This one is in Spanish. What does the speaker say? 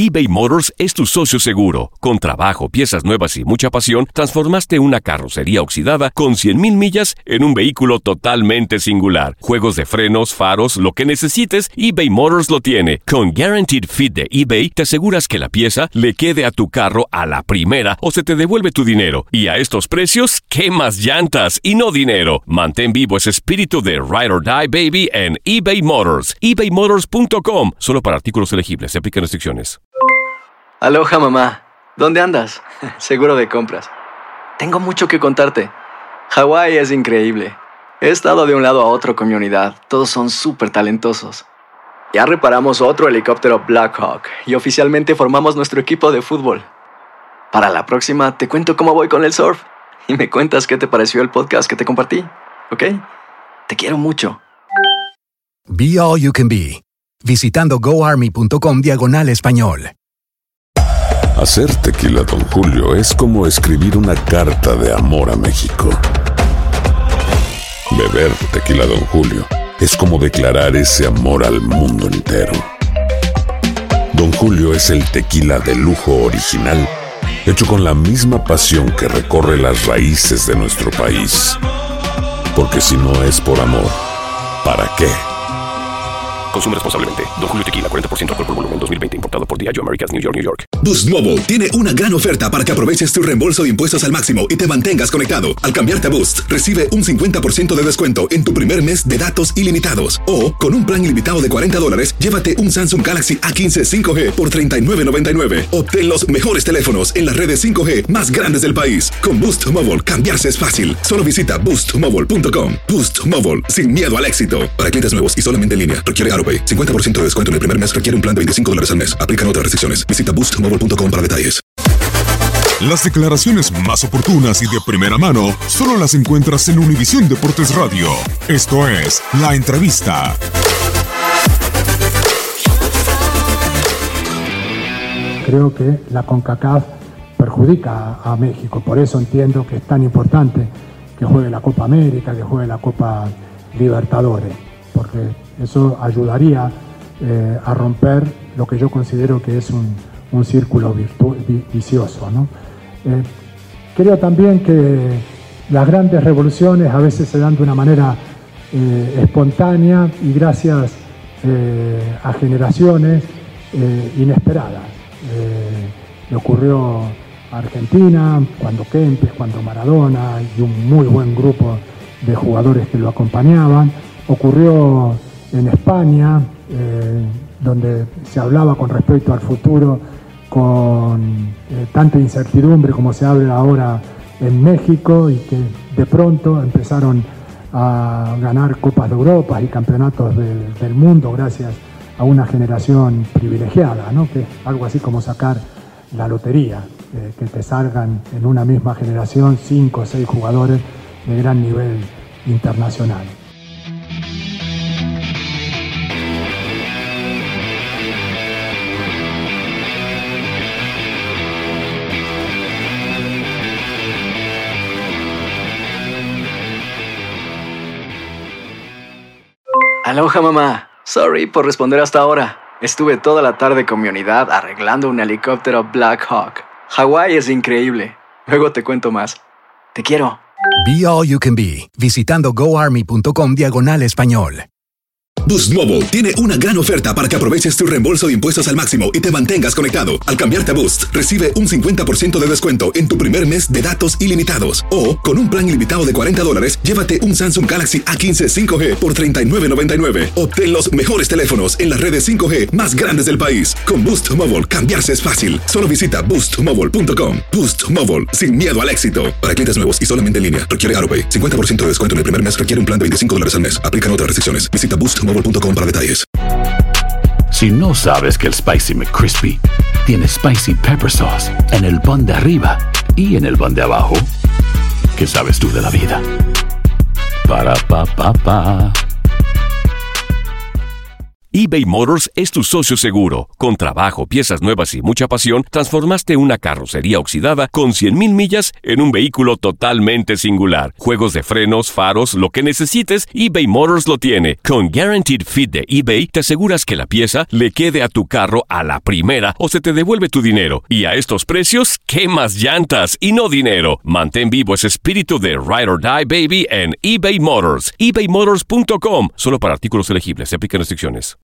eBay Motors es tu socio seguro. Con trabajo, piezas nuevas y mucha pasión, transformaste una carrocería oxidada con 100,000 millas en un vehículo totalmente singular. Juegos de frenos, faros, lo que necesites, eBay Motors lo tiene. Con Guaranteed Fit de eBay, te aseguras que la pieza le quede a tu carro a la primera o se te devuelve tu dinero. Y a estos precios, ¿qué más llantas y no dinero? Mantén vivo ese espíritu de Ride or Die, baby, en eBay Motors. ebaymotors.com. Solo para artículos elegibles. Se aplican restricciones. Aloha, mamá. ¿Dónde andas? Seguro de compras. Tengo mucho que contarte. Hawái es increíble. He estado de un lado a otro con mi unidad. Todos son súper talentosos. Ya reparamos otro helicóptero Black Hawk y oficialmente formamos nuestro equipo de fútbol. Para la próxima te cuento cómo voy con el surf y me cuentas qué te pareció el podcast que te compartí, ¿ok? Te quiero mucho. Be All You Can Be. Visitando goarmy.com/español. Hacer tequila Don Julio es como escribir una carta de amor a México. Beber tequila Don Julio es como declarar ese amor al mundo entero. Don Julio es el tequila de lujo original, hecho con la misma pasión que recorre las raíces de nuestro país. Porque si no es por amor, ¿para qué? Consume responsablemente. Don Julio Tequila, 40% alcohol por volumen, 2020. Importado por Diageo Americas, New York, New York. Boost Mobile tiene una gran oferta para que aproveches tu reembolso de impuestos al máximo y te mantengas conectado. Al cambiarte a Boost, recibe un 50% de descuento en tu primer mes de datos ilimitados. O, con un plan ilimitado de $40, llévate un Samsung Galaxy A15 5G por $39.99. Obtén los mejores teléfonos en las redes 5G más grandes del país. Con Boost Mobile, cambiarse es fácil. Solo visita boostmobile.com. Boost Mobile, sin miedo al éxito. Para clientes nuevos y solamente en línea, requiere AroPay. 50% de descuento en el primer mes requiere un plan de $25 al mes. Aplican otras restricciones. Visita boostmobile.com para detalles. Las declaraciones más oportunas y de primera mano solo las encuentras en Univisión Deportes Radio. Esto es La Entrevista. Creo que la CONCACAF perjudica a México. Por eso entiendo que es tan importante que juegue la Copa América, que juegue la Copa Libertadores. Porque eso ayudaría a romper lo que yo considero que es un círculo vicioso, ¿no? Creo también que las grandes revoluciones a veces se dan de una manera espontánea y gracias a generaciones inesperadas. Le ocurrió a Argentina, cuando Kempes, cuando Maradona y un muy buen grupo de jugadores que lo acompañaban. Ocurrió en España, donde se hablaba con respecto al futuro con tanta incertidumbre como se habla ahora en México, y que de pronto empezaron a ganar Copas de Europa y campeonatos del mundo gracias a una generación privilegiada, ¿no? Que es algo así como sacar la lotería, que te salgan en una misma generación 5 o 6 jugadores de gran nivel internacional. Aloha, mamá. Sorry por responder hasta ahora. Estuve toda la tarde con mi unidad arreglando un helicóptero Black Hawk. Hawái es increíble. Luego te cuento más. Te quiero. Be All You Can Be. Visitando goarmy.com/español. Boost Mobile tiene una gran oferta para que aproveches tu reembolso de impuestos al máximo y te mantengas conectado. Al cambiarte a Boost, recibe un 50% de descuento en tu primer mes de datos ilimitados. O, con un plan ilimitado de $40, llévate un Samsung Galaxy A15 5G por $39.99. Obtén los mejores teléfonos en las redes 5G más grandes del país. Con Boost Mobile, cambiarse es fácil. Solo visita boostmobile.com. Boost Mobile, sin miedo al éxito. Para clientes nuevos y solamente en línea, requiere AroPay. 50% de descuento en el primer mes requiere un plan de $25 al mes. Aplican otras restricciones. Visita boostmobile.com para detalles. Si no sabes que el Spicy McCrispy tiene Spicy Pepper Sauce en el pan de arriba y en el pan de abajo, ¿qué sabes tú de la vida? Para, pa, pa, pa. eBay Motors es tu socio seguro. Con trabajo, piezas nuevas y mucha pasión, transformaste una carrocería oxidada con 100,000 millas en un vehículo totalmente singular. Juegos de frenos, faros, lo que necesites, eBay Motors lo tiene. Con Guaranteed Fit de eBay, te aseguras que la pieza le quede a tu carro a la primera o se te devuelve tu dinero. Y a estos precios, quemas llantas y no dinero. Mantén vivo ese espíritu de Ride or Die, baby, en eBay Motors. ebaymotors.com. Solo para artículos elegibles. Se aplican restricciones.